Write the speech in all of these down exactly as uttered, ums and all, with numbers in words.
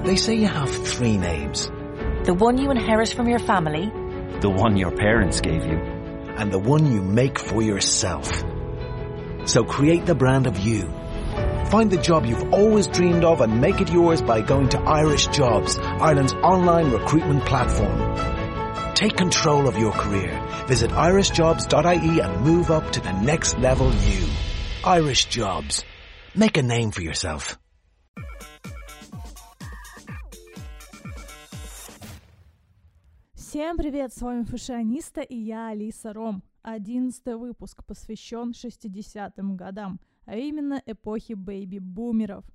They say you have three names. The one you inherit from your family, the one your parents gave you, and the one you make for yourself. So create the brand of you. Find the job you've always dreamed of and make it yours by going to Irish Jobs, Ireland's online recruitment platform. Take control of your career. Visit irish jobs dot I E and move up to the next level you. Irish Jobs. Make a name for yourself. Всем привет, с вами Фашиониста и я Алиса Ром. Одиннадцатый выпуск посвящен шестидесятым годам, а именно эпохе бэйби-бумеров.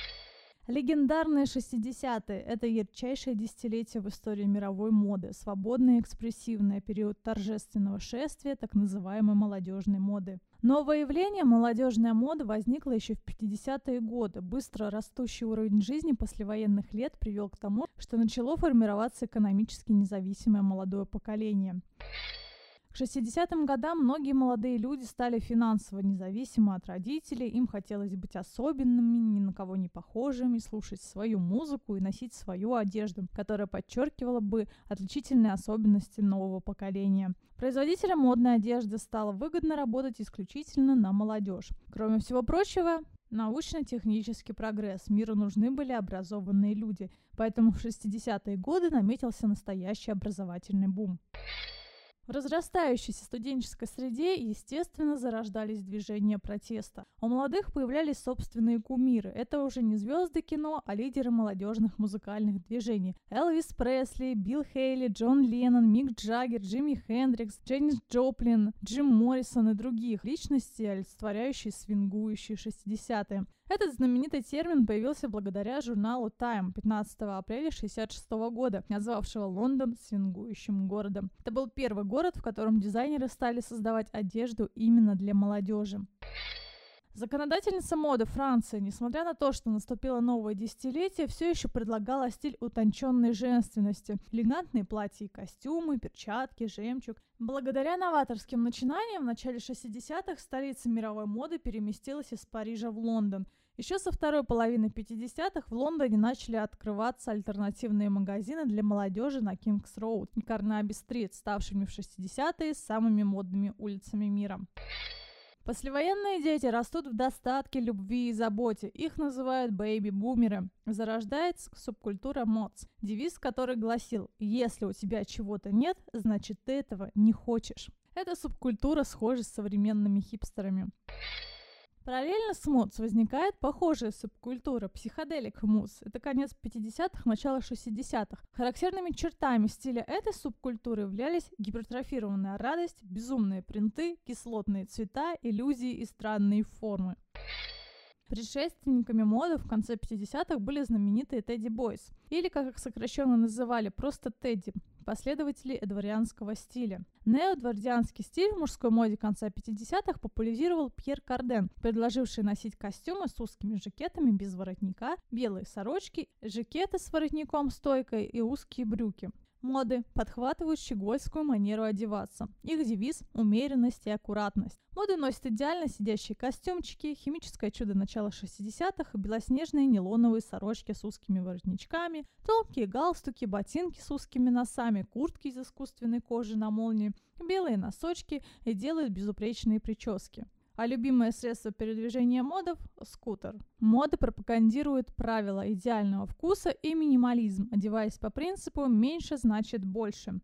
Легендарные шестидесятые – это ярчайшее десятилетие в истории мировой моды, свободное и экспрессивное, период торжественного шествия так называемой молодежной моды. Новое явление молодежная мода возникла еще в пятидесятые годы. Быстро растущий уровень жизни послевоенных лет привел к тому, что начало формироваться экономически независимое молодое поколение. К шестидесятым годам многие молодые люди стали финансово независимы от родителей, им хотелось быть особенными, ни на кого не похожими, слушать свою музыку и носить свою одежду, которая подчеркивала бы отличительные особенности нового поколения. Производителям модной одежды стало выгодно работать исключительно на молодежь. Кроме всего прочего, научно-технический прогресс. Миру нужны были образованные люди, поэтому в шестидесятые годы наметился настоящий образовательный бум. В разрастающейся студенческой среде, естественно, зарождались движения протеста. У молодых появлялись собственные кумиры. Это уже не звезды кино, а лидеры молодежных музыкальных движений. Элвис Пресли, Билл Хейли, Джон Леннон, Мик Джаггер, Джимми Хендрикс, Дженнис Джоплин, Джим Моррисон и других личностей, олицетворяющие свингующие шестидесятые. Этот знаменитый термин появился благодаря журналу Time пятнадцатого апреля шестьдесят шестого года, назвавшего Лондон свингующим городом. Это был первый город, в котором дизайнеры стали создавать одежду именно для молодежи. Законодательница моды Франции, несмотря на то, что наступило новое десятилетие, все еще предлагала стиль утонченной женственности. Элегантные платья и костюмы, перчатки, жемчуг. Благодаря новаторским начинаниям в начале шестидесятых столица мировой моды переместилась из Парижа в Лондон. Еще со второй половины пятидесятых в Лондоне начали открываться альтернативные магазины для молодежи на Кингс-Роуд и Карнаби-стрит, ставшими в шестидесятые самыми модными улицами мира. Послевоенные дети растут в достатке, любви и заботе. Их называют бэйби-бумеры. Зарождается субкультура модс, девиз который гласил: «Если у тебя чего-то нет, значит ты этого не хочешь». Эта субкультура схожа с современными хипстерами. Параллельно с модс возникает похожая субкультура психоделик мус. Это конец пятидесятых, начало шестидесятых. Характерными чертами стиля этой субкультуры являлись гипертрофированная радость, безумные принты, кислотные цвета, иллюзии и странные формы. Предшественниками моды в конце пятидесятых были знаменитые Teddy Boys, или, как их сокращенно называли, просто Тедди, последователи эдвардианского стиля. Неоэдвардианский стиль в мужской моде конца пятидесятых популяризировал Пьер Карден, предложивший носить костюмы с узкими жакетами без воротника, белые сорочки, жакеты с воротником-стойкой и узкие брюки. Моды подхватывают щегольскую манеру одеваться. Их девиз – умеренность и аккуратность. Моды носят идеально сидящие костюмчики, химическое чудо начала шестидесятых, белоснежные нейлоновые сорочки с узкими воротничками, тонкие галстуки, ботинки с узкими носами, куртки из искусственной кожи на молнии, белые носочки и делают безупречные прически. А любимое средство передвижения модов – скутер. Мода пропагандирует правила идеального вкуса и минимализм, одеваясь по принципу «меньше значит больше».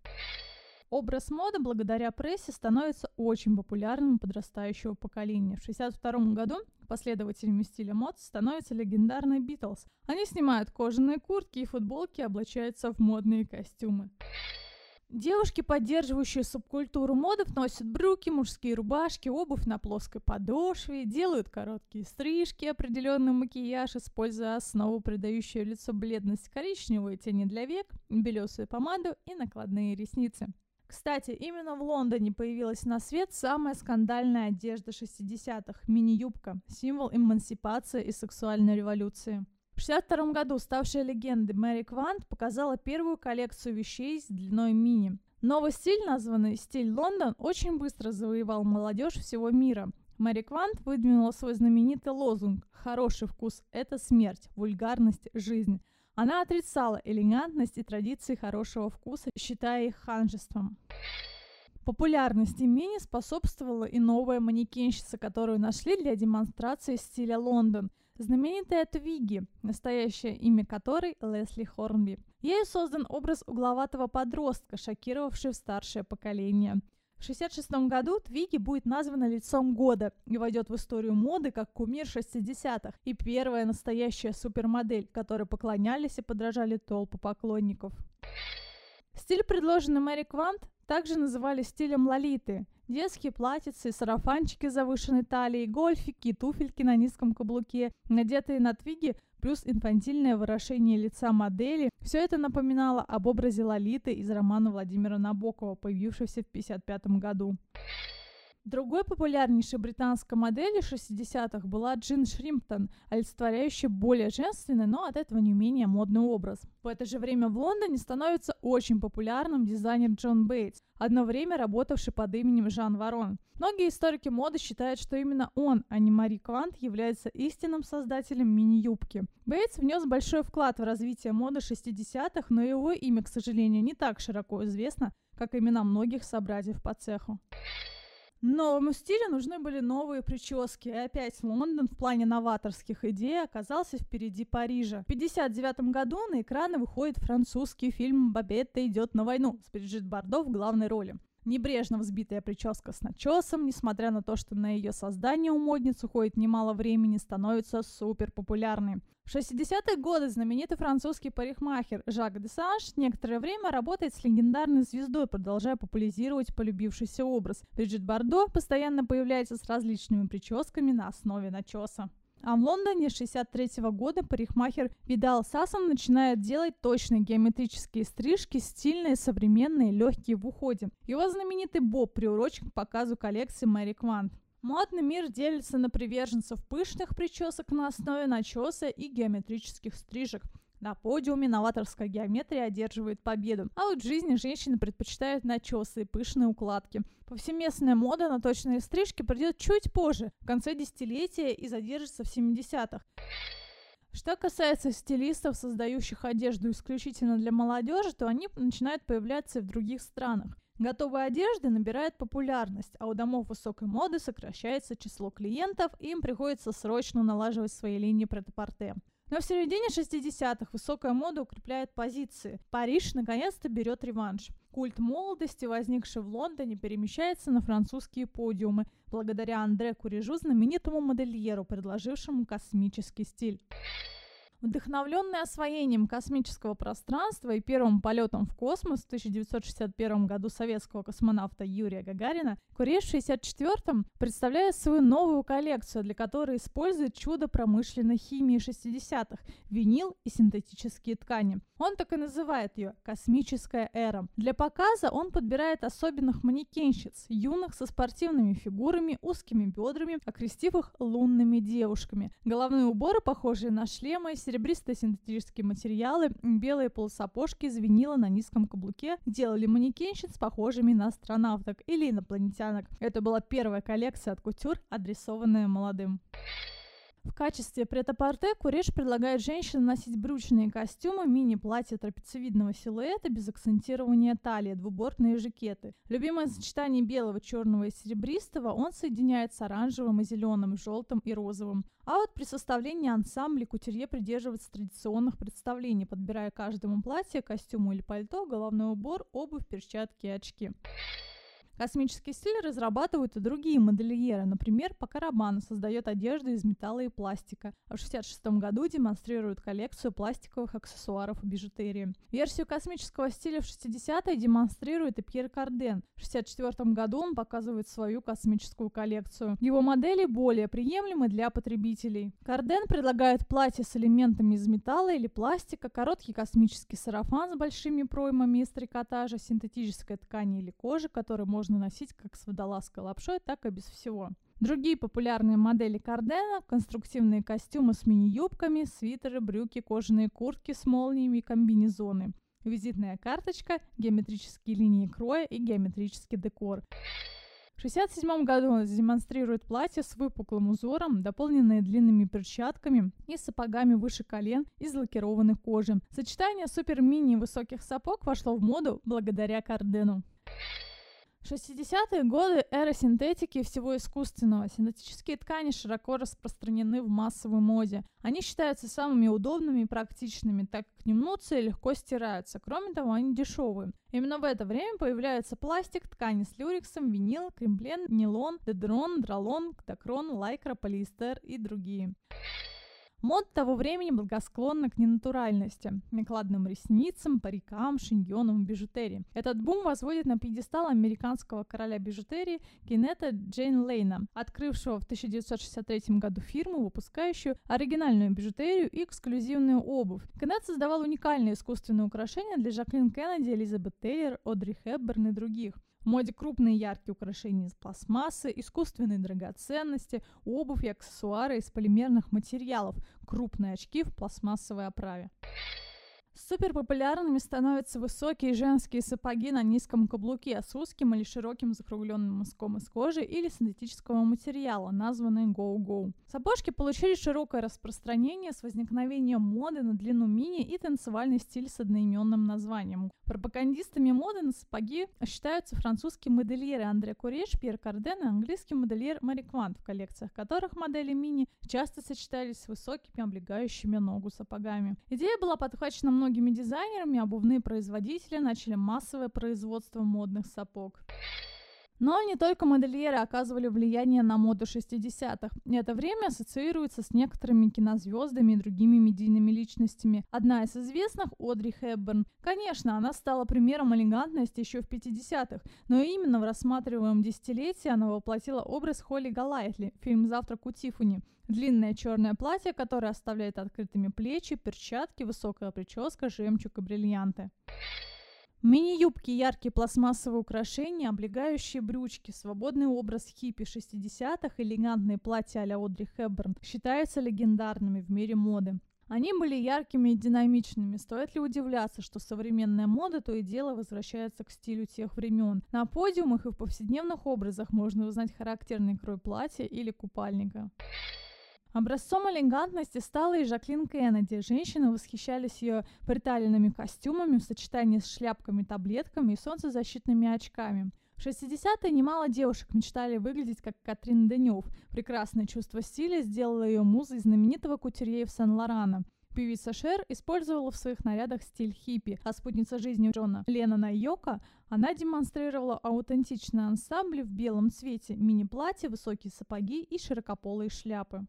Образ моды благодаря прессе становится очень популярным у подрастающего поколения. В шестьдесят втором году последователями стиля мод становятся легендарные Битлз. Они снимают кожаные куртки и футболки и облачаются в модные костюмы. Девушки, поддерживающие субкультуру модов, носят брюки, мужские рубашки, обувь на плоской подошве, делают короткие стрижки, определенный макияж, используя основу, придающую лицу бледность, коричневые тени для век, белесую помаду и накладные ресницы. Кстати, именно в Лондоне появилась на свет самая скандальная одежда шестидесятых – мини-юбка, символ эмансипации и сексуальной революции. В шестьдесят втором году ставшая легендой Мэри Квант показала первую коллекцию вещей с длиной мини. Новый стиль, названный «Стиль Лондон», очень быстро завоевал молодежь всего мира. Мэри Квант выдвинула свой знаменитый лозунг «Хороший вкус – это смерть, вульгарность – жизнь». Она отрицала элегантность и традиции хорошего вкуса, считая их ханжеством. Популярности мини способствовала и новая манекенщица, которую нашли для демонстрации стиля Лондон. Знаменитая Твигги, настоящее имя которой Лесли Хорнби. Ею создан образ угловатого подростка, шокировавший старшее поколение. В шестьдесят шестом году Твигги будет названа лицом года и войдет в историю моды как кумир шестидесятых и первая настоящая супермодель, которой поклонялись и подражали толпы поклонников. Стиль, предложенный Мэри Квант, также называли стилем Лолиты. Детские платьицы, сарафанчики с завышенной талией, гольфики, туфельки на низком каблуке, надетые на Твигги, плюс инфантильное выражение лица модели. Все это напоминало об образе Лолиты из романа Владимира Набокова, появившегося в тысяча девятьсот пятьдесят пятом году. Другой популярнейшей британской моделью шестидесятых была Джин Шримптон, олицетворяющая более женственный, но от этого не менее модный образ. В это же время в Лондоне становится очень популярным дизайнер Джон Бейтс, одно время работавший под именем Жан Ворон. Многие историки моды считают, что именно он, а не Мари Квант, является истинным создателем мини-юбки. Бейтс внес большой вклад в развитие моды шестидесятых, но его имя, к сожалению, не так широко известно, как имена многих собратьев по цеху. Новому стилю нужны были новые прически, и опять Лондон в плане новаторских идей оказался впереди Парижа. В пятьдесят девятом году на экраны выходит французский фильм «Бабетта идет на войну» с Брижит Бардо в главной роли. Небрежно взбитая прическа с начесом, несмотря на то, что на ее создание у модниц уходит немало времени, становится супер популярной. В шестидесятые годы знаменитый французский парикмахер Жак Десанж некоторое время работает с легендарной звездой, продолжая популяризировать полюбившийся образ. Брижит Бардо постоянно появляется с различными прическами на основе начеса. А в Лондоне с шестьдесят третьего года парикмахер Видал Сассон начинает делать точные геометрические стрижки, стильные, современные, легкие в уходе. Его знаменитый боб приурочен к показу коллекции Мэри Квант. Модный мир делится на приверженцев пышных причесок на основе начеса и геометрических стрижек. На подиуме новаторская геометрия одерживает победу, а вот в жизни женщины предпочитают начесы и пышные укладки. Повсеместная мода на точные стрижки придет чуть позже, в конце десятилетия, и задержится в семидесятых. Что касается стилистов, создающих одежду исключительно для молодежи, то они начинают появляться и в других странах. Готовая одежда набирает популярность, а у домов высокой моды сокращается число клиентов, и им приходится срочно налаживать свои линии прет-а-порте. Но в середине шестидесятых высокая мода укрепляет позиции. Париж наконец-то берет реванш. Культ молодости, возникший в Лондоне, перемещается на французские подиумы, благодаря Андре Курежу, знаменитому модельеру, предложившему космический стиль. Вдохновленный освоением космического пространства и первым полетом в космос в тысяча девятьсот шестьдесят первом году советского космонавта Юрия Гагарина, Куреж в шестьдесят четвёртом представляет свою новую коллекцию, для которой использует чудо промышленной химии шестидесятых – винил и синтетические ткани. Он так и называет ее «Космическая эра». Для показа он подбирает особенных манекенщиц, юных со спортивными фигурами, узкими бедрами, окрестив их лунными девушками. Головные уборы, похожие на шлемы, серебристые синтетические материалы, белые полусапожки из винила на низком каблуке делали манекенщиц похожими на астронавток или инопланетянок. Это была первая коллекция от кутюр, адресованная молодым. В качестве прет-а-порте Куреж предлагает женщинам носить брючные костюмы, мини-платья трапециевидного силуэта без акцентирования талии, двубортные жакеты. Любимое сочетание белого, черного и серебристого он соединяет с оранжевым и зеленым, желтым и розовым. А вот при составлении ансамбля кутюрье придерживается традиционных представлений, подбирая каждому платье, костюму или пальто, головной убор, обувь, перчатки и очки. Космический стиль разрабатывают и другие модельеры. Например, Пако Раббане создает одежду из металла и пластика, а в шестьдесят шестом году демонстрирует коллекцию пластиковых аксессуаров и бижутерии. Версию космического стиля в шестидесятые демонстрирует и Пьер Карден. В шестьдесят четвёртом году он показывает свою космическую коллекцию. Его модели более приемлемы для потребителей. Карден предлагает платье с элементами из металла или пластика, короткий космический сарафан с большими проймами из трикотажа, синтетической ткани или кожи, который можно носить как с водолазкой лапшой, так и без всего. Другие популярные модели Кардена – конструктивные костюмы с мини-юбками, свитеры, брюки, кожаные куртки с молниями и комбинезоны. Визитная карточка, геометрические линии кроя и геометрический декор. В шестьдесят седьмом году он демонстрирует платье с выпуклым узором, дополненное длинными перчатками и сапогами выше колен из лакированной кожи. Сочетание супер-мини и высоких сапог вошло в моду благодаря Кардену. шестидесятые годы – эра синтетики и всего искусственного. Синтетические ткани широко распространены в массовой моде. Они считаются самыми удобными и практичными, так как не мнутся и легко стираются. Кроме того, они дешевые. Именно в это время появляются пластик, ткани с люрексом, винил, кремплен, нейлон, дедрон, дролон, дакрон, лайкра, полиэстер и другие. Мода того времени благосклонна к ненатуральности, накладным ресницам, парикам, шиньонам и бижутерии. Этот бум возводит на пьедестал американского короля бижутерии Кеннета Джейн Лейна, открывшего в тысяча девятьсот шестьдесят третьем году фирму, выпускающую оригинальную бижутерию и эксклюзивную обувь. Кеннет создавал уникальные искусственные украшения для Жаклин Кеннеди, Элизабет Тейлор, Одри Хепберн и других. В моде крупные яркие украшения из пластмассы, искусственные драгоценности, обувь и аксессуары из полимерных материалов, крупные очки в пластмассовой оправе. Супер популярными становятся высокие женские сапоги на низком каблуке с узким или широким закругленным мыском из кожи или синтетического материала, названные go-go. Сапожки получили широкое распространение с возникновением моды на длину мини и танцевальный стиль с одноименным названием. Пропагандистами моды на сапоги считаются французские модельеры Андре Куреш, Пьер Карден и английский модельер Мари Квант, в коллекциях которых модели мини часто сочетались с высокими облегающими ногу сапогами. Идея была подхвачена многими дизайнерами, обувные производители начали массовое производство модных сапог. Но не только модельеры оказывали влияние на моду шестидесятых. Это время ассоциируется с некоторыми кинозвездами и другими медийными личностями. Одна из известных – Одри Хепберн. Конечно, она стала примером элегантности еще в пятидесятых, но именно в рассматриваемом десятилетии она воплотила образ Холли Голлайтли, фильм «Завтрак у Тиффани». Длинное черное платье, которое оставляет открытыми плечи, перчатки, высокая прическа, жемчуг и бриллианты. Мини-юбки, яркие пластмассовые украшения, облегающие брючки, свободный образ хиппи шестидесятых, элегантные платья а-ля Одри Хепберн считаются легендарными в мире моды. Они были яркими и динамичными. Стоит ли удивляться, что современная мода то и дело возвращается к стилю тех времен? На подиумах и в повседневных образах можно узнать характерный крой платья или купальника. Образцом элегантности стала и Жаклин Кеннеди. Женщины восхищались ее приталенными костюмами в сочетании с шляпками-таблетками и солнцезащитными очками. В шестидесятые немало девушек мечтали выглядеть как Катрин Денев. Прекрасное чувство стиля сделало ее музой знаменитого кутюрье Ив Сен-Лорана. Певица Шер использовала в своих нарядах стиль хиппи, а спутница жизни Джона Леннона Йоко, она демонстрировала аутентичные ансамбли в белом цвете, мини-платья, высокие сапоги и широкополые шляпы.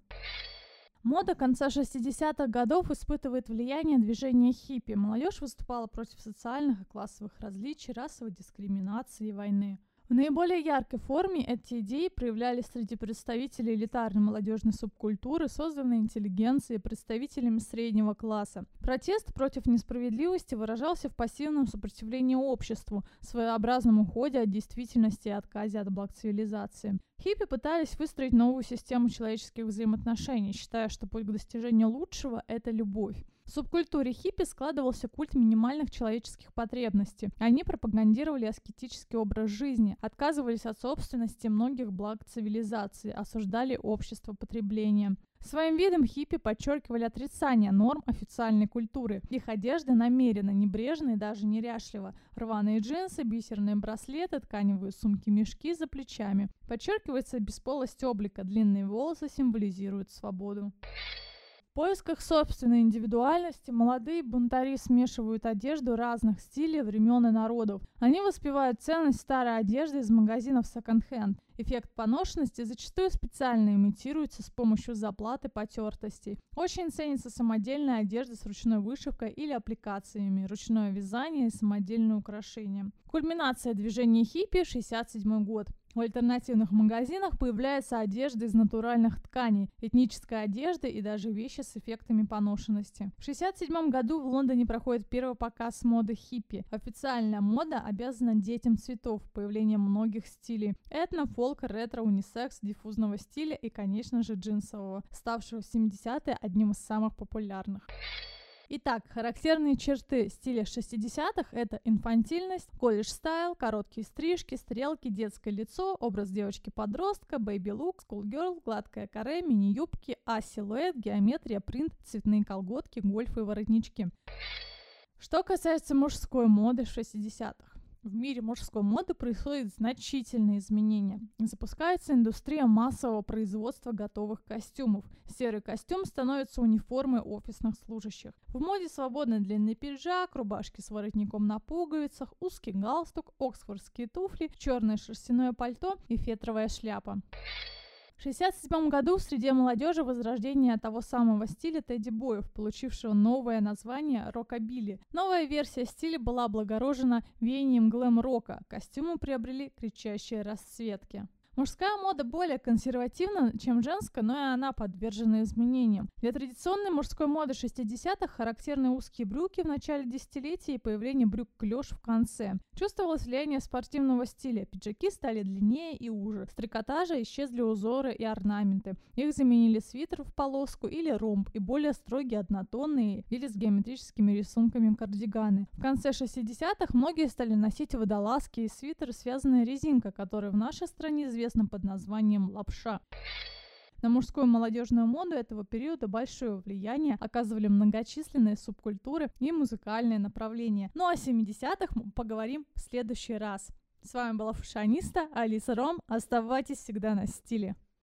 Мода конца шестидесятых годов испытывает влияние движения хиппи. Молодежь выступала против социальных и классовых различий, расовой дискриминации и войны. В наиболее яркой форме эти идеи проявлялись среди представителей элитарной молодежной субкультуры, созданной интеллигенцией и представителями среднего класса. Протест против несправедливости выражался в пассивном сопротивлении обществу, своеобразном уходе от действительности и отказе от благ цивилизации. Хиппи пытались выстроить новую систему человеческих взаимоотношений, считая, что путь к достижению лучшего – это любовь. В субкультуре хиппи складывался культ минимальных человеческих потребностей. Они пропагандировали аскетический образ жизни, отказывались от собственности многих благ цивилизации, осуждали общество потребления. Своим видом хиппи подчеркивали отрицание норм официальной культуры. Их одежда намеренно, небрежно и даже неряшливо. Рваные джинсы, бисерные браслеты, тканевые сумки-мешки за плечами. Подчеркивается бесполость облика, длинные волосы символизируют свободу. В поисках собственной индивидуальности молодые бунтари смешивают одежду разных стилей, времен и народов. Они воспевают ценность старой одежды из магазинов секонд-хенд. Эффект поношенности зачастую специально имитируется с помощью заплат и потертостей. Очень ценится самодельная одежда с ручной вышивкой или аппликациями, ручное вязание и самодельные украшения. Кульминация движения хиппи – шестьдесят седьмой год. В альтернативных магазинах появляется одежда из натуральных тканей, этническая одежда и даже вещи с эффектами поношенности. В шестьдесят седьмом году в Лондоне проходит первый показ моды хиппи. Официальная мода обязана детям цветов, появлением многих стилей – этно, фолк, ретро, унисекс, диффузного стиля и, конечно же, джинсового, ставшего в семидесятые одним из самых популярных. Итак, характерные черты стиля шестидесятых – это инфантильность, колледж-стайл, короткие стрижки, стрелки, детское лицо, образ девочки-подростка, бэйби-лук, скулгерл, гладкое каре, мини-юбки, а-силуэт, геометрия, принт, цветные колготки, гольфы и воротнички. Что касается мужской моды шестидесятых. В мире мужской моды происходят значительные изменения. Запускается индустрия массового производства готовых костюмов. Серый костюм становится униформой офисных служащих. В моде свободный длинный пиджак, рубашки с воротником на пуговицах, узкий галстук, оксфордские туфли, черное шерстяное пальто и фетровая шляпа. В шестьдесят седьмом году в среде молодежи возрождение того самого стиля тедди-боев, получившего новое название рокобили. Новая версия стиля была облагорожена веянием глэм-рока. Костюмы приобрели кричащие расцветки. Мужская мода более консервативна, чем женская, но и она подвержена изменениям. Для традиционной мужской моды шестидесятых характерны узкие брюки в начале десятилетия и появление брюк-клёш в конце. Чувствовалось влияние спортивного стиля. Пиджаки стали длиннее и уже. С трикотажа исчезли узоры и орнаменты. Их заменили свитер в полоску или ромб и более строгие однотонные или с геометрическими рисунками кардиганы. В конце шестидесятых многие стали носить водолазки и свитеры, связанные резинкой, которая в нашей стране известна под названием лапша. На мужскую молодежную моду этого периода большое влияние оказывали многочисленные субкультуры и музыкальные направления. Ну а о семидесятых мы поговорим в следующий раз. С вами была фашиониста Алиса Ром. Оставайтесь всегда на стиле.